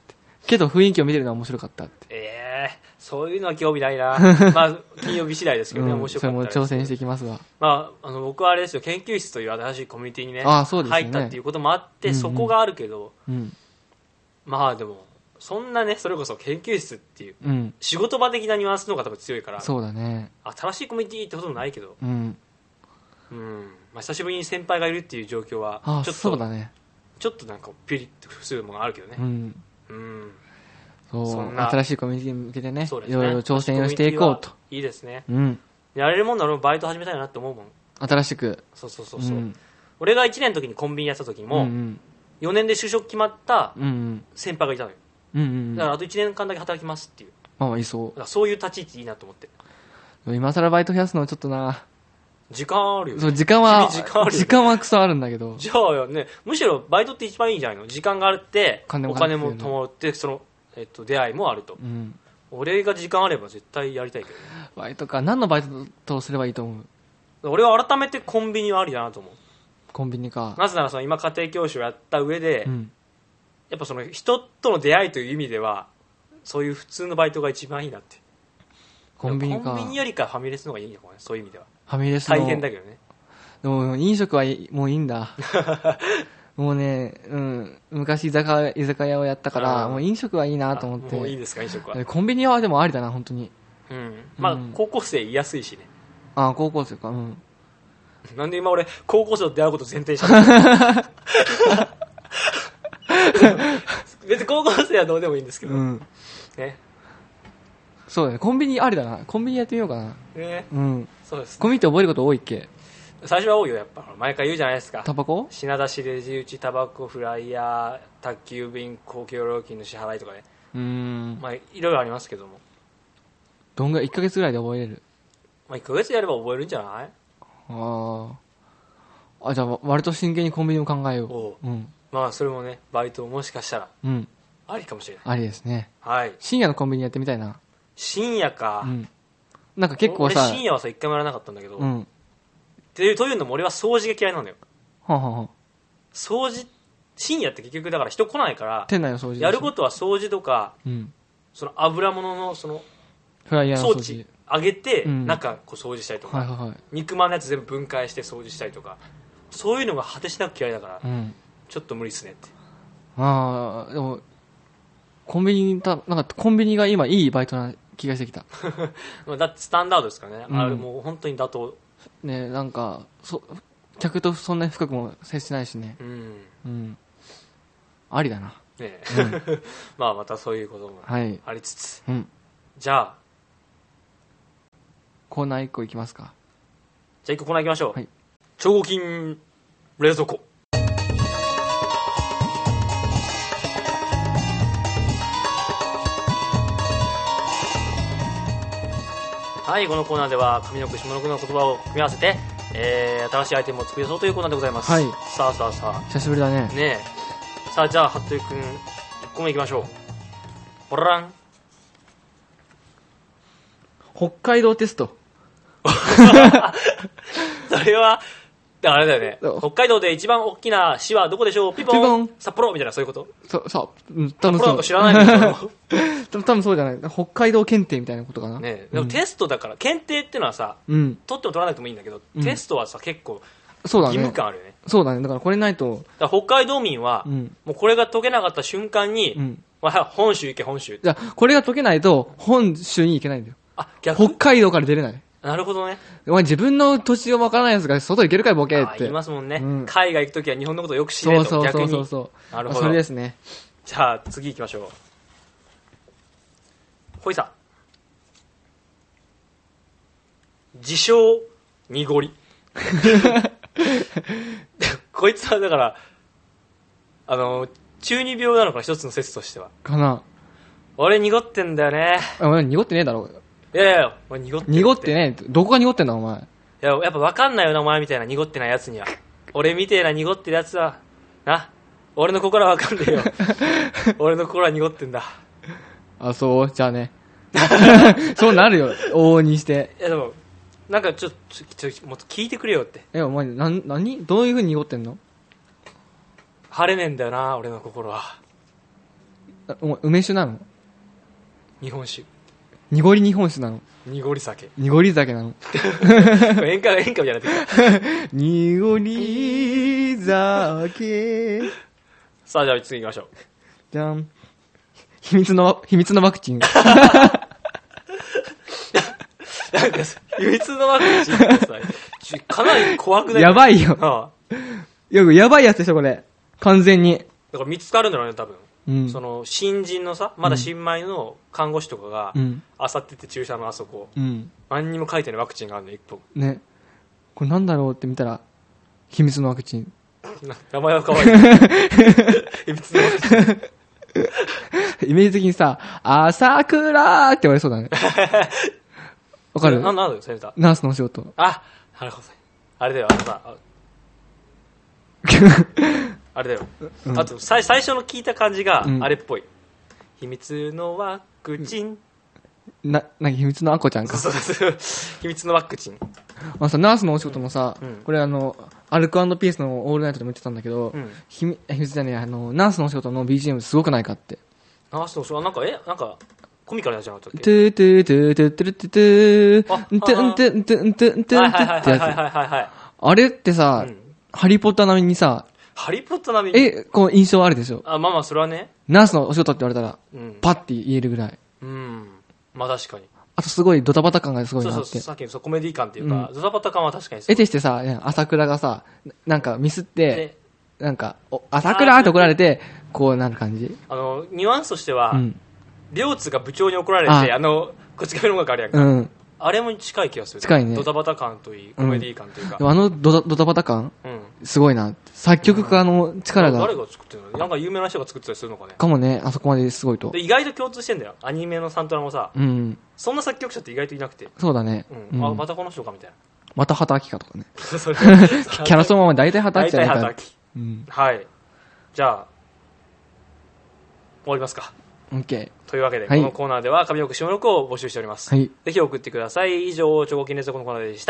けど雰囲気を見てるのは面白かったって。 ええー、そういうのは興味ないな。まあ、金曜日次第ですけどね、うん、面白かったです。 それも挑戦していきますわ。 まあ、あの、僕はあれですよ、研究室という新しいコミュニティにね、ああそうですね入ったっていうこともあって、うんうん、そこがあるけど、うん、まあでも、そんなね、それこそ研究室っていう、うん、仕事場的なニュアンスの方が多分強いから、 そうだね。 新しいコミュニティってこともないけど、うん。うん。まあ、久しぶりに先輩がいるっていう状況は、ちょっと、 そうだね。 ちょっとなんかピリッとするものがあるけどね。うん。うん。 そうそんな新しいコミュニティに向けてね、いろいろ挑戦をしていこうと。 いいですね。うん。やれるもんならバイト始めたいなって思うもん。 新しく。 そうそうそうそう、うん。俺がいちねんの時にコンビニやってた時も、うんうん、よねんで就職決まった先輩がいたのよ。うんうんうん、だからあといちねんかんだけ働きますっていう。 まあまあいそう。 だからそういう立ち位置いいなと思って。 今更バイト増やすのはちょっとな。 時間あるよね。 そう、時間は、時間あるよね、時間はクソあるんだけど。 じゃあね、むしろバイトって一番いいんじゃないの？時間があって、お金も貯まって、その、えっと、出会いもあると。うん。俺が時間あれば絶対やりたいけどね。 バイトか。何のバイトとすればいいと思う？ 俺は改めてコンビニはありだなと思う。 コンビニか。 なぜならその今家庭教師をやった上で、うん、やっぱその人との出会いという意味では、そういう普通のバイトが一番いいなって。コンビニか。コンビニよりかファミレスの方がいいのかね、そういう意味では。 ファミレスの大変だけどね。 でも飲食はもういいんだ。もうね、うん、昔居酒屋、居酒屋をやったから、もう飲食はいいなと思って。 もういいですか、飲食は。 コンビニはでもありだな、本当に。 うん。まあ、うん、高校生居やすいしね。 ああ、高校生か、うん。 なんで今俺、高校生と出会うこと前提にした別に高校生はどうでもいいんですけど。うん。ね。 そうだね、コンビニありだな。コンビニやってみようかな。ね。うん。 そうです、ね。 コンビニって覚えること多いっけ？ 最初は多いよ、やっぱ。毎回言うじゃないですか。 タバコ？ 品出し、レジ打ち、タバコ、フライヤー、宅急便、公共料金の支払いとかね。うーん。まあ、いろいろありますけども。 どんぐらい、いっかげつぐらいで覚えれる？ まあ、いっかげつやれば覚えるんじゃない？ ああ。あ、じゃあ、割と真剣にコンビニを考えよう。おう。うん。 まあ、それもね、バイトもしかしたら、うん。ありかもしれない。 ありですね。 はい。 深夜のコンビニやってみたいな。 深夜か。うん。 なんか結構さ。 俺深夜はさ、一回もやらなかったんだけど。うん。という、というのも俺は掃除が嫌いなのよ。はあはあ、掃除、深夜って結局だから人来ないから、 店内の掃除やることは掃除とか、うん、その油物のその、 フライヤーの掃除上げて、うん、中こう掃除したりとか、はいはいはい、肉まんのやつ全部分解して掃除したりとか、そういうのが果てしなく嫌いだから、うん、ちょっと無理っすねって。 ああ、でも、コンビニた、なんかコンビニが今いいバイトな気がしてきた。 だってスタンダードですかね。うん、あれもう本当に妥当。 ね、なんかそ客とそんなに深くも接しないしね、うんうん、ありだな、ねうん、まあまたそういうこともありつつ、はいうん、じゃあコーナーいっこいきますか。 じゃあいっこコーナーいきましょう、はい、超合金冷蔵庫。はい、このコーナーでは上の句下の句の言葉を組み合わせて、えー、新しいアイテムを作り出そうというコーナーでございます。はい。さあさあさあ。 久しぶりだね。 ねえ。さあじゃあ服部君いっこめいきましょう。ほららん。 北海道テスト。 それはあれだよね。北海道で一番大きな市はどこでしょう？ピポン。ピポン。札幌みたいなそういうこと？ そう、そう。 うん、多分そう。札幌なんか知らないんだけど。多分そうじゃない。北海道検定みたいなことかな。 ね、でもテストだから、うん、検定ってのはさ、うん、取っても取らなくてもいいんだけど、うん、テストはさ結構そうだね。義務感あるよね。 そうだね。だからこれないと。 だから北海道民は、うん、もうこれが解けなかった瞬間に、うん、まあ、本州行け本州。 じゃこれが解けないと本州に行けないんだよ。あ、逆。北海道から出れない。 なるほどね。 お前自分の土地を分からないやつが外行けるかいボケって。 言いますもんね。うん、海外行くときは日本のことをよく知れと。そうそうそうそう。 なるほど。それですね。 じゃあ次行きましょう。ほいさ。自称濁り。こいつはだからあの中二病なのか一つの説としては。 かな。 俺濁ってんだよね。 俺濁ってねえだろ。 いやいや、お前濁って濁ってねえ。どこが濁ってんだお前。いや、やっぱ分かんないよな、お前みたいな濁ってないやつには。俺みてえな濁ってるやつは、な、俺の心は分かんねえよ。俺の心は濁ってんだ。 あ、そうじゃあね。そうなるよ、往々にして。 いやでも、なんかちょっと、ちょ、ちょ、もっと聞いてくれよって。 え、お前、な、なにどういう風に濁ってんの？ 晴れねえんだよな、俺の心は。 梅酒なの？ 日本酒。 濁り日本酒なの？ 濁り酒。 濁り酒なの？ 演歌、演歌みたいな。 濁り酒。 さあ、じゃあ次行きましょう。 じゃん。秘密の、秘密のワクチン。なんか秘密のワクチンってさ、かなり怖くない？ やばいよ。ああ、よくやばいやつでしょ、これ。完全に。 だから見つかるんだろうね、多分。 うん、 その新人のさ、まだ新米の看護師とかが、あさってって注射のあそこ、うん、何にも書いてないワクチンがあるの一本ね。これなんだろうって見たら秘密のワクチン。 名前は可愛い。秘密のワクチン。 イメージ的にさ、朝倉って言われそうだね。わかる？ な、なんだよ、センター。 ナースのお仕事。 あ、なるほど。あれだよ、あのさ、あれだよ、うん、あと最最初の聞いた感じがあれっぽい、うん、秘密のワクチン、 な、なに秘密のアコちゃんか。 そうそう秘密のワクチン。 あさ、ナースのお仕事もさ、うん、これあのアルコ&ピースのオールナイトでも言ってたんだけど、うん、秘密秘密じゃねえ、あのナースのお仕事の ビージーエム すごくないかって。 ナースのお仕事なんかえなんかコミカルなじゃなかったっけ？ トゥートゥートゥートゥートゥートゥートゥーントゥントゥントゥントゥントゥンってやつ。あれってさ、ハリーポッター並みにさ、 ハリーポッター並みにえ、こう印象あるでしょ。 あ、まあまあそれはね。 ナースのお仕事って言われたら、うん、パッて言えるぐらい。 うん。まあ確かに。 あとすごいドタバタ感がすごいなって。 そうそう、さっきのそうコメディ感っていうか、うん、ドタバタ感は確かにそう。 得てしてさ、朝倉がさ、なんかミスって、なんか、お朝倉って怒られて、こうなる感じ。 あの、ニュアンスとしては、うん、両津が部長に怒られて、あ, あの、こっち側の音楽あるやんか。うん。あれも近い気がする。 近いね。 ドタバタ感といい、コメディ感というか。 うん、あのドタドタバタ感、うん、すごいな。作曲家の力が、うん、 誰が作ってるの？なんか有名な人が作ってたりするのかね。 かもね、あそこまですごいと。 で意外と共通してんだよ。アニメのサントラもさ、うん、そんな作曲者って意外といなくて。 そうだね。 うん。あ、またこの人かみたいな。 また畑明かとかね。それキャラソンは大体畑明じゃないか。大体畑明。うん。はい。じゃあ、終わりますか。 OK。 というわけで、はい、このコーナーでは上の句下の句を募集しております、はい、ぜひ送ってください。以上、チョコキネスコのコーナーでした。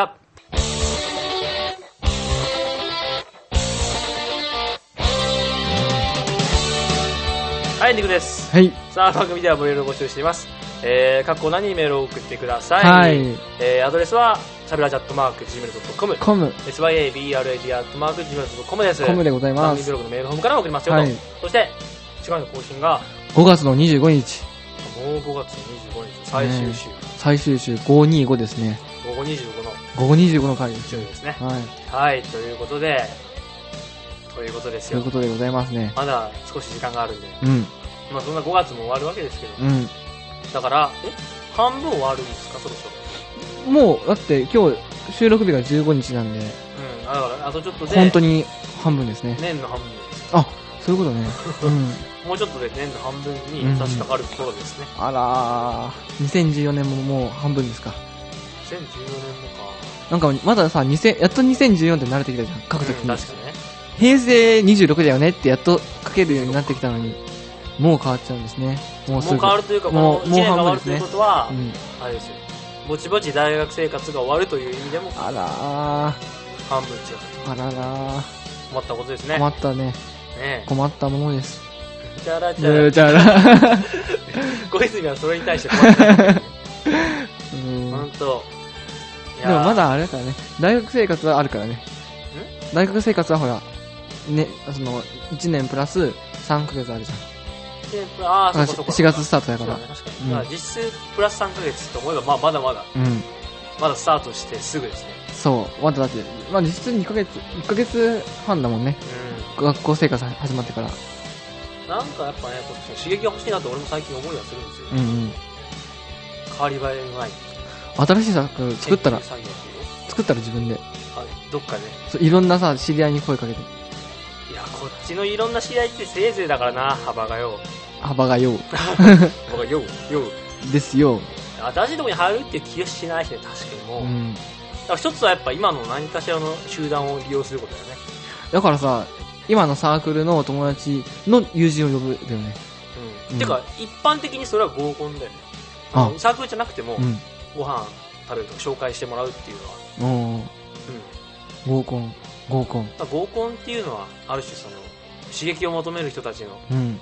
はい、エンディングです。 はい。 さあ、番組ではメールを募集しています。えー、各コーナーにメールを送ってください。 はい。 えー、アドレスはしゃべらじアットマーク ジーメールドットコムコムエスワイエービーアールエーディー アットマーク ジーメールドットコム です。 コムでございます。 番組ブログのメールホームから送りますよと、はい、そして次回の更新がごがつのにじゅうごにち。 もうごがつのにじゅうごにち最終週、ね、 最終週ごひゃくにじゅうごですね。 ごひゃくにじゅうごのごひゃくにじゅうごの回ですですね。 はい、 はい、ということでということですよ。 ということでございますね。 まだ少し時間があるんで、 うん、 まあそんなごがつも終わるわけですけど、 うん、 だからえ半分終わるんですか、そろそろ。もうだって今日収録日がじゅうごにちなんで、うん、 だからあとちょっとで本当に半分ですね。 年の半分です。 あ、そういうことね。うん、 もうちょっとで年の半分に差し掛かるところですね。 うん、あらー、にせんじゅうよねんももう半分ですか。 にせんじゅうよねんもか。 なんかまださ、にせんやっとにせんじゅうよんって慣れてきたじゃん、書くときに、うん、 確かにね。 平成にじゅうろくだよねってやっと書けるようになってきたのに、もう変わっちゃうんですね。 もうすぐもう変わるというか、もういちねんが終わるということは、うん、あれですよ、ぼちぼち大学生活が終わるという意味でも、 あらー、 半分違う。 あららー、 困ったことですね。 困ったね。 ね、 困ったものです。 チャラチャラチャラ小泉はそれに対して困った、ね、うん本当。 でもまだあれだからね、大学生活はあるからね。大学生活はほらね、そのいちねんプラスさんかげつあるじゃん。 ああ、そうかそうか。 しがつスタートやから。 そうだね、確かに。うん、実質プラスさんかげつと思えば、まあまだまだ、うん、まだスタートしてすぐですね。 そう、まだだって、まあ実質にかげつ、いっかげつはんだもんね。うん、学校生活始まってから。 なんかやっぱね、刺激が欲しいなと俺も最近思いはするんですよ。うんうん。変わり映えのない。 新しい作作ったら、作ったら自分で。 あ、どっかで。 そう、いろんなさ、知り合いに声かけて。 いや、こっちのいろんな知り合いってせいぜいだからな、幅がよ。 幅がよ。 幅がよ、よ。 ですよ。 新しいとこに入るっていう気がしないしね、確かにもう。うん、だから一つはやっぱ今の何かしらの集団を利用することだよね。 だからさ、今のサークルの友達の友人を呼ぶだよね。 うん。うん、てか、一般的にそれは合コンだよね。ああ、サークルじゃなくても、うん、ご飯食べるとか紹介してもらうっていうのは。うん。 合コン。合コン。 合コンっていうのは、ある種その、刺激を求める人たちの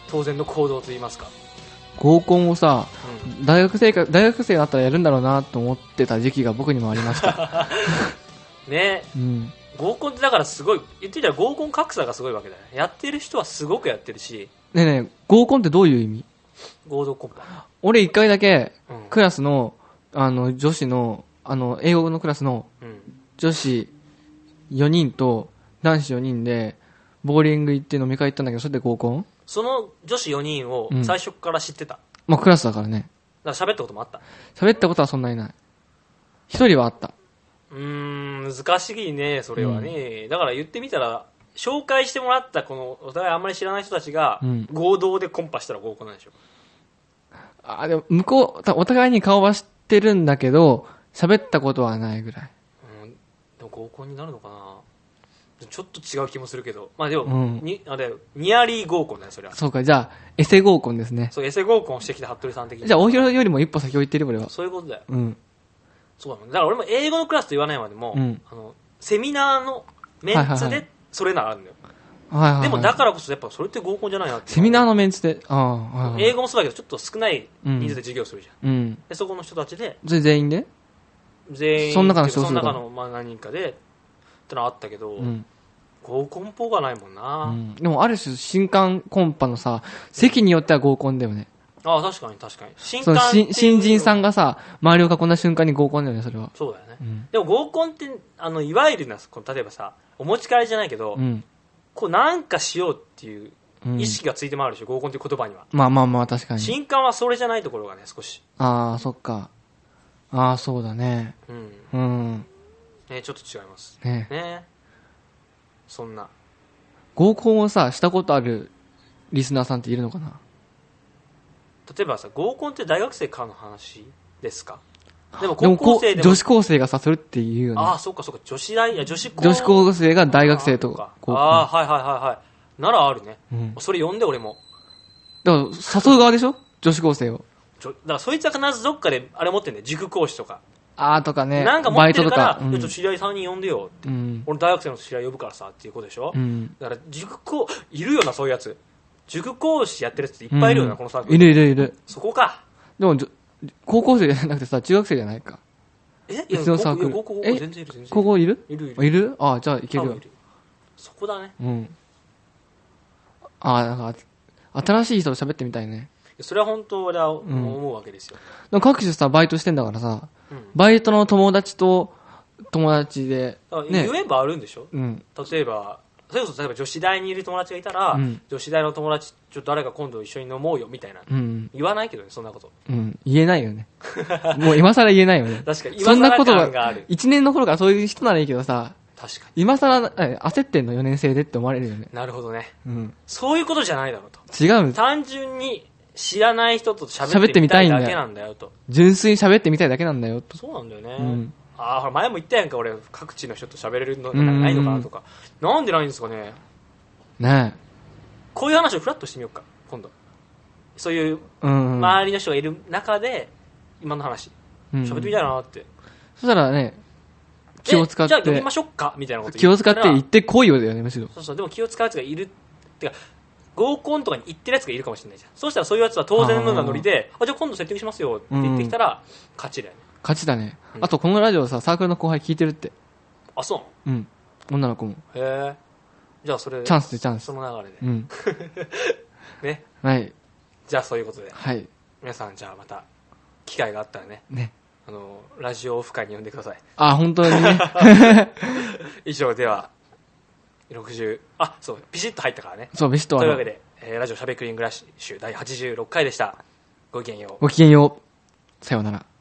当然の行動といいますか。 合コンをさ、うん、大学生か大学生だったらやるんだろうなと思ってた時期が僕にもありましたね、うん、合コンってだからすごい言ってみたら合コン格差がすごいわけだよね。やってる人はすごくやってるし。 ねえねえ、合コンってどういう意味？ 合同コンパ。 俺一回だけクラスの、うん、あの女子のあの英語のクラスの女子よにんと男子よにんでボーリング行って飲み会行ったんだけど、それで合コン？その女子よにんを最初から知ってた、うん、 まあクラスだからね。 だから喋ったこともあった？ 喋ったことはそんなにない。一人はあった。 うーん、難しいね、それはね、うん、だから言ってみたら紹介してもらったこのお互いあんまり知らない人たちが合同でコンパしたら合コンなんでしょ、 うん、あ、でも向こうお互いに顔は知ってるんだけど喋ったことはないぐらい、 うん、でも合コンになるのかな。ちょっと違う気もするけど、まあでも、うん、にあれニアリー合コンだよそれは。 そうか、じゃあエセ合コンですね。 そう、エセ合コンをしてきた服部さん的に。 じゃあ大広よりも一歩先を行ってる俺は。 そういうことだよ。うん。そうだもん。だから俺も英語のクラスと言わないまでも、うん、あのセミナーのメンツでそれならあるんだよ。はいはいはい、でもだからこそやっぱそれって合コンじゃないなって。 セミナーのメンツで、ああ、はいはい、 英語もそうだけどちょっと少ない人数で授業するじゃん。うん、でそこの人たちで。 全員で？ 全員。 その中の少数。 その中のまあ何人かでってのはあったけど。うん、合コンっぽがないもんな、うん、 でもある種新歓コンパのさ席によっては合コンだよね。 ああ確かに確かに新歓新新人さんがさ周りを囲んだ瞬間に合コンだよねそれは。 そうだよね、うん、でも合コンってあのいわゆるな例えばさお持ち帰りじゃないけど、うん、こうなんかしようっていう意識がついて回るでしょ、うん、合コンって言葉には。 まあまあまあ確かに新歓はそれじゃないところがね少し。 ああそっか。ああそうだね。うん、うん、 ねちょっと違いますね。ねそんな合コンをさしたことあるリスナーさんっているのかな。 例えばさ合コンって大学生からの話ですか。でも高校生でも女子高生がさするっていうよね。 ああそうかそうか女子大いや女子高女子高生が大学生とかああはいはいはいはいならあるね、うん、それ呼んで俺も。 だから誘う側でしょ女子高生を。 だからそいつは必ずどっかであれ持ってんね塾講師とかあーとかねなんか持ってるから、うん、ちょっと知り合いさんにん呼んでよって、うん、俺大学生の知り合い呼ぶからさっていうことでしょ、うん、だから塾講いるよなそういうやつ塾講師やってるやつっていっぱいいるよな、うん、このサークル。 いるいるいる。 そこか。 でも高校生じゃなくてさ中学生じゃないか。 えいや高校高校全然いる全然いる。 高校いるいるいるいる。ああじゃあいけるよ。 そこだね。 うんああなんか新しい人と喋ってみたいね。 それは本当俺は思うわけですよ、うん、 でも各種さバイトしてんだからさ、うん、バイトの友達と友達で、 ね、言えばあるんでしょ、うん、例えばそれこそ例えば女子大にいる友達がいたら、うん、女子大の友達ちょっと誰か今度一緒に飲もうよみたいな、うん、言わないけどねそんなこと、 うん、言えないよねもう今更言えないよね確かに今更感がある。 いちねんの頃からそういう人ならいいけどさ確かに今更焦ってんのよねん生でって思われるよね。 なるほどね、うん、そういうことじゃないだろうと。 違うん単純に知らない人と喋ってみたいだけなんだよと。 純粋に喋ってみたいだけなんだよと。 そうなんだよね、うん、ああ前も言ったやんか俺各地の人と喋れるのないのかなとか。なんでないんですかね。 ねえこういう話をフラッとしてみようか今度。そういう周りの人がいる中で今の話喋ってみたいなって、うん、 そしたらね気を使ってじゃあ呼びましょうかみたいなこと気を使って言ってこいよだよねむしろ。 そうそうでも気を使うやつがいるってか合コンとかに行ってるやつがいるかもしれないじゃん。そうしたらそういうやつは当然のようなノリで あ, あじゃあ今度セッティングしますよって言ってきたら勝ちだよね。 勝ちだね、うん、あとこのラジオさサークルの後輩聞いてるって。 あそううん女の子も。 へえじゃあそれチャンスでチャンスその流れでうんねはいじゃあそういうことで、 はい、 皆さんじゃあまた機会があったらねねあのラジオオフ会に呼んでください。 あ本当にね以上ではろくじゅうあそうビシッと入ったからね。 そうビシッとというわけで、えー、ラジオしゃべくりングラッシュだいはちじゅうろっかいでした。ごきげんよう。 ごきげんよう。さようなら。